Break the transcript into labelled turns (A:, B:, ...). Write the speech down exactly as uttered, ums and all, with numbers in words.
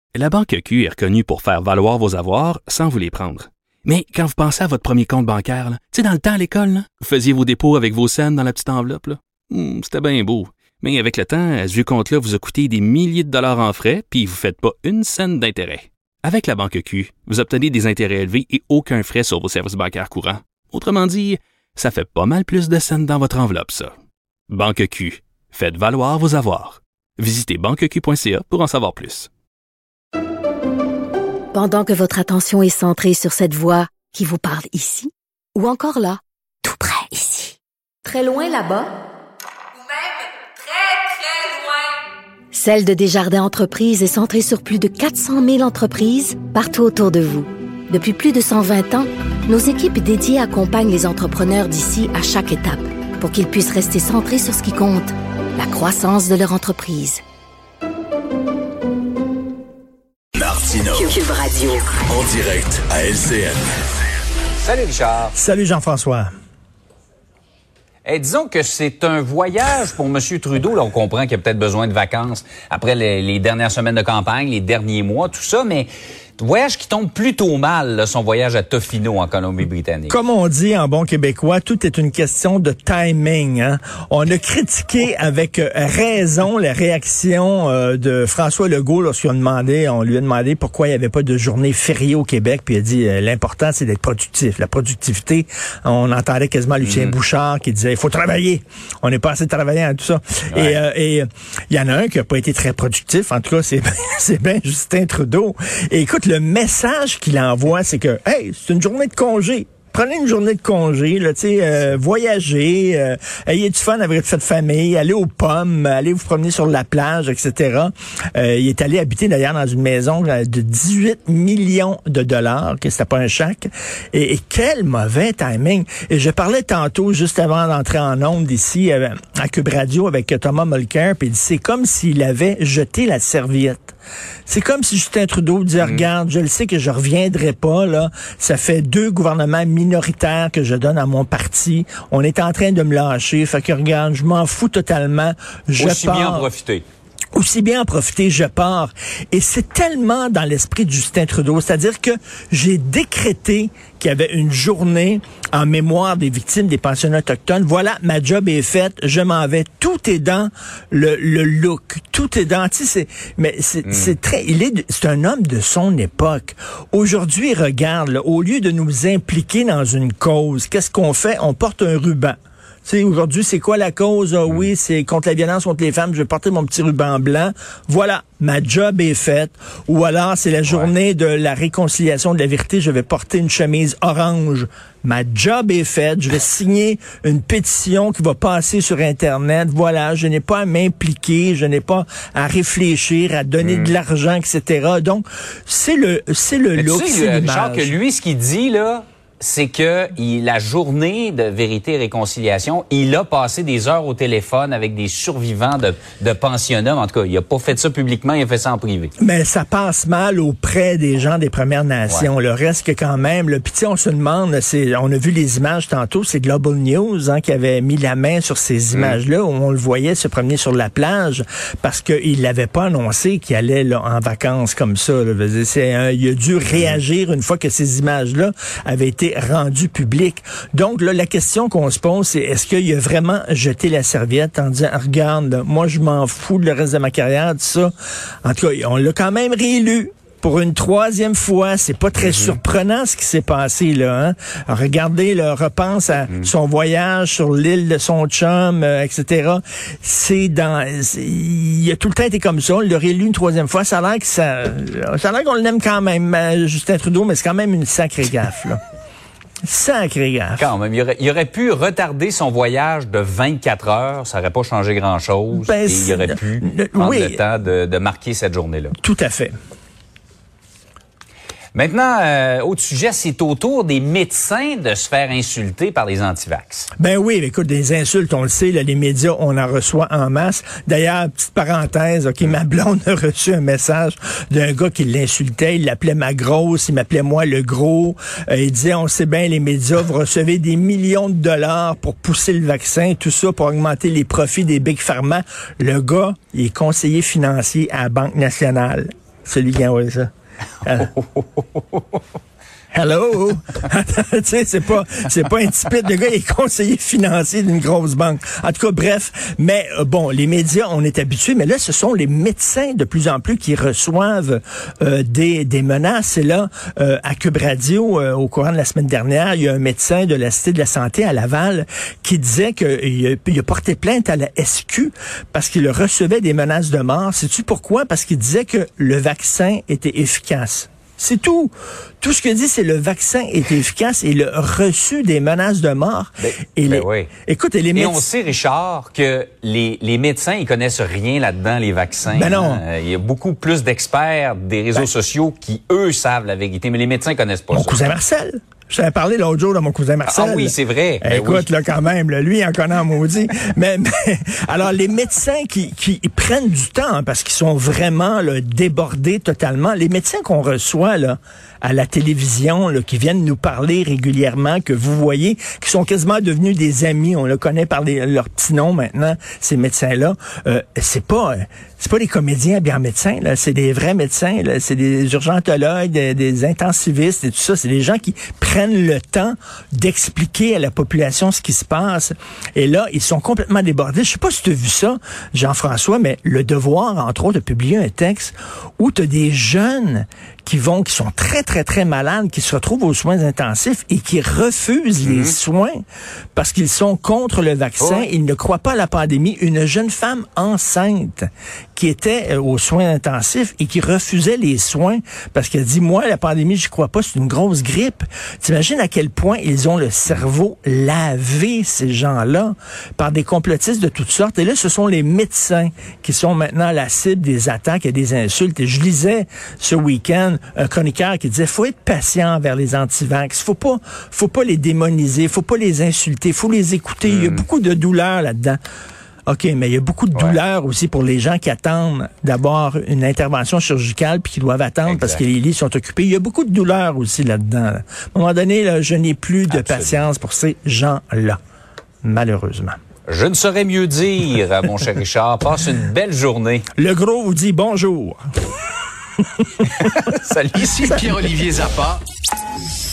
A: La Banque Q est reconnue pour faire valoir vos avoirs sans vous les prendre. Mais quand vous pensez à votre premier compte bancaire, tu sais, dans le temps à l'école, là, vous faisiez vos dépôts avec vos scènes dans la petite enveloppe. Là. Hum, c'était bien beau. Mais avec le temps, ce vieux compte-là vous a coûté des milliers de dollars en frais, puis vous ne faites pas une scène d'intérêt. Avec la Banque Q, vous obtenez des intérêts élevés et aucun frais sur vos services bancaires courants. Autrement dit, ça fait pas mal plus de scènes dans votre enveloppe, ça. Banque Q. Faites valoir vos avoirs. Visitez banque q point c a pour en savoir plus.
B: Pendant que votre attention est centrée sur cette voix qui vous parle ici, ou encore là, tout près ici, très loin là-bas,
C: ou même très, très loin,
B: Celle de Desjardins Entreprises est centrée sur plus de quatre cent mille entreprises partout autour de vous. Depuis plus de cent vingt ans, nos équipes dédiées accompagnent les entrepreneurs d'ici à chaque étape pour qu'ils puissent rester centrés sur ce qui compte, la croissance de leur entreprise.
D: Martino.
B: Cube Radio.
D: En direct à L C N.
E: Salut Richard.
F: Salut Jean-François.
E: Eh, disons que c'est un voyage pour M. Trudeau. Là, on comprend qu'il a peut-être besoin de vacances après les, les dernières semaines de campagne, les derniers mois, tout ça, mais voyage qui tombe plutôt mal, là, son voyage à Tofino en Colombie-Britannique.
F: Comme on dit en bon québécois, tout est une question de timing. Hein? On a critiqué avec raison la réaction euh, de François Legault lorsqu'on a demandé, on lui a demandé pourquoi il n'y avait pas de journée fériée au Québec, puis il a dit euh, l'important c'est d'être productif. La productivité, on entendait quasiment Lucien mmh. Bouchard qui disait il faut travailler. On n'est pas assez travaillant à tout ça. Ouais. Et euh, et il y en a un qui n'a pas été très productif. En tout cas, c'est c'est bien Justin Trudeau. Et écoute, le message qu'il envoie, c'est que, hey, c'est une journée de congé. Prenez une journée de congé, là, tu sais, euh, voyager, euh, ayez du fun avec votre famille, allez aux pommes, allez vous promener sur la plage, et cetera. Euh, il est allé habiter d'ailleurs dans une maison de dix-huit millions de dollars, que c'était pas un chèque. Et, et quel mauvais timing. Et je parlais tantôt, juste avant d'entrer en ondes ici, euh, à Cube Radio avec Thomas Mulcair, puis il dit, c'est comme s'il avait jeté la serviette. C'est comme si Justin Trudeau disait, mmh. regarde, je le sais que je reviendrai pas, là. Ça fait deux gouvernements minoritaires que je donne à mon parti. On est en train de me lâcher. Fait que regarde, je m'en fous totalement. Je
E: Aussi
F: pars.
E: bien en profiter.
F: Aussi bien en profiter, je pars. Et c'est tellement dans l'esprit de Justin Trudeau. C'est-à-dire que j'ai décrété qu'il y avait une journée en mémoire des victimes des pensionnats autochtones. Voilà, ma job est faite, je m'en vais. Tout est dans le, le look. Tout est dans, tu sais, c'est, mais c'est, mm. c'est très, il est, c'est un homme de son époque. Aujourd'hui, regarde, là, au lieu de nous impliquer dans une cause, qu'est-ce qu'on fait? On porte un ruban. Tu sais, aujourd'hui, c'est quoi la cause? Ah, oui, c'est contre la violence contre les femmes. Je vais porter mon petit ruban blanc. Voilà, ma job est faite. Ou alors, c'est la journée ouais. de la réconciliation de la vérité. Je vais porter une chemise orange. Ma job est faite. Je vais signer une pétition qui va passer sur Internet. Voilà, je n'ai pas à m'impliquer. Je n'ai pas à réfléchir, à donner mmh. de l'argent, et cetera. Donc, c'est le, c'est le
E: Mais
F: look,
E: tu sais,
F: c'est l'image.
E: Richard, que lui, ce qu'il dit, là, c'est que il, la journée de vérité et réconciliation, il a passé des heures au téléphone avec des survivants de, de pensionnats. En tout cas, il a pas fait ça publiquement, il a fait ça en privé.
F: Mais ça passe mal auprès des gens des Premières Nations. Ouais. Le reste que quand même, le petit, on se demande, c'est, on a vu les images tantôt, c'est Global News hein, qui avait mis la main sur ces images-là mmh. où on le voyait se promener sur la plage parce qu'il l'avait pas annoncé qu'il allait là, en vacances comme ça. Là. C'est, hein, il a dû réagir une fois que ces images-là avaient été rendu public. Donc, là, la question qu'on se pose, c'est est-ce qu'il a vraiment jeté la serviette en disant, regarde, là, moi, je m'en fous de le reste de ma carrière, tout ça. En tout cas, on l'a quand même réélu. Pour une troisième fois, c'est pas très mm-hmm. surprenant ce qui s'est passé là. Hein? Regardez, là, repense à mm-hmm. son voyage sur l'île de son chum, euh, et cetera. C'est dans, c'est, il a tout le temps été comme ça. On l'a réélu une troisième fois. Ça a l'air que ça, ça a l'air qu'on l'aime quand même, euh, Justin Trudeau, mais c'est quand même une sacrée gaffe là. Sacré gaffe.
E: Quand même, il aurait, il aurait pu retarder son voyage de vingt-quatre heures, ça n'aurait pas changé grand-chose. Ben, et il aurait pu le, prendre oui, le temps de, de marquer cette journée-là.
F: Tout à fait.
E: Maintenant, euh, autre sujet, c'est au tour des médecins de se faire insulter par les antivax.
F: Ben oui, écoute, des insultes, on le sait, là, les médias, on en reçoit en masse. D'ailleurs, petite parenthèse, ok, ma blonde a reçu un message d'un gars qui l'insultait, il l'appelait ma grosse, il m'appelait moi le gros. Euh, il disait, on sait bien, les médias, vous recevez des millions de dollars pour pousser le vaccin, tout ça pour augmenter les profits des big pharma. Le gars, il est conseiller financier à la Banque nationale. celui qui a envoyé ça. Euh, Hello! Tu sais, c'est pas, c'est pas insipide. Le gars est conseiller financier d'une grosse banque. En tout cas, bref. Mais, euh, bon, les médias, on est habitués, mais là, ce sont les médecins de plus en plus qui reçoivent euh, des, des menaces. Et là, euh, à Cube Radio, euh, au courant de la semaine dernière, il y a un médecin de la Cité de la Santé à Laval qui disait qu'il a, il a porté plainte à la S Q parce qu'il recevait des menaces de mort. Sais-tu pourquoi? Parce qu'il disait que le vaccin était efficace. C'est tout. Tout ce qu'il dit, c'est le vaccin est efficace et le reçu des menaces de mort.
E: Ben,
F: et
E: ben
F: les,
E: oui.
F: Écoute, et les
E: Et
F: médecins...
E: on sait, Richard, que les, les médecins, ils connaissent rien là-dedans, les vaccins.
F: Ben non.
E: Hein? Il y a beaucoup plus d'experts des réseaux ben, sociaux qui, eux, savent la vérité, mais les médecins connaissent pas
F: mon
E: ça.
F: Mon cousin Marcel. Je t'avais parlé l'autre jour de mon cousin Marcel.
E: Ah oui, c'est vrai.
F: Ben Écoute,
E: oui.
F: là, quand même, là, lui, il en connaît en maudit. mais, mais, alors, les médecins qui, qui prennent du temps, hein, parce qu'ils sont vraiment là, débordés totalement, les médecins qu'on reçoit là, à la télévision, là, qui viennent nous parler régulièrement, que vous voyez, qui sont quasiment devenus des amis, on le connaît par les, leurs petits noms maintenant, ces médecins-là, euh, c'est pas... Euh, c'est pas des comédiens bien médecins, là, c'est des vrais médecins, là, c'est des urgentologues, des, des intensivistes et tout ça, c'est des gens qui prennent le temps d'expliquer à la population ce qui se passe. Et là, ils sont complètement débordés. Je sais pas si tu as vu ça, Jean-François, mais Le Devoir, entre autres, a publié un texte où tu as des jeunes qui vont, qui sont très, très, très malades, qui se retrouvent aux soins intensifs et qui refusent mmh. les soins parce qu'ils sont contre le vaccin. Oh. Ils ne croient pas à la pandémie. Une jeune femme enceinte qui était aux soins intensifs et qui refusait les soins parce qu'elle dit, moi, la pandémie, j'y crois pas, c'est une grosse grippe. T'imagines à quel point ils ont le cerveau lavé, ces gens-là, par des complotistes de toutes sortes. Et là, ce sont les médecins qui sont maintenant la cible des attaques et des insultes. Et je lisais ce week-end un chroniqueur qui disait, faut être patient envers les antivax. Faut pas, faut pas les démoniser, faut pas les insulter, faut les écouter. Mm. Il y a beaucoup de douleur là-dedans. OK, mais il y a beaucoup de douleur ouais. aussi pour les gens qui attendent d'avoir une intervention chirurgicale puis qui doivent attendre exact. Parce que les lits sont occupés. Il y a beaucoup de douleur aussi là-dedans. Là. À un moment donné, là, je n'ai plus de Absolument. patience pour ces gens-là, malheureusement.
E: Je ne saurais mieux dire, mon cher Richard. Passe une belle journée.
F: Le gros vous dit bonjour.
E: Salut.
D: Ici Pierre-Olivier Zappa.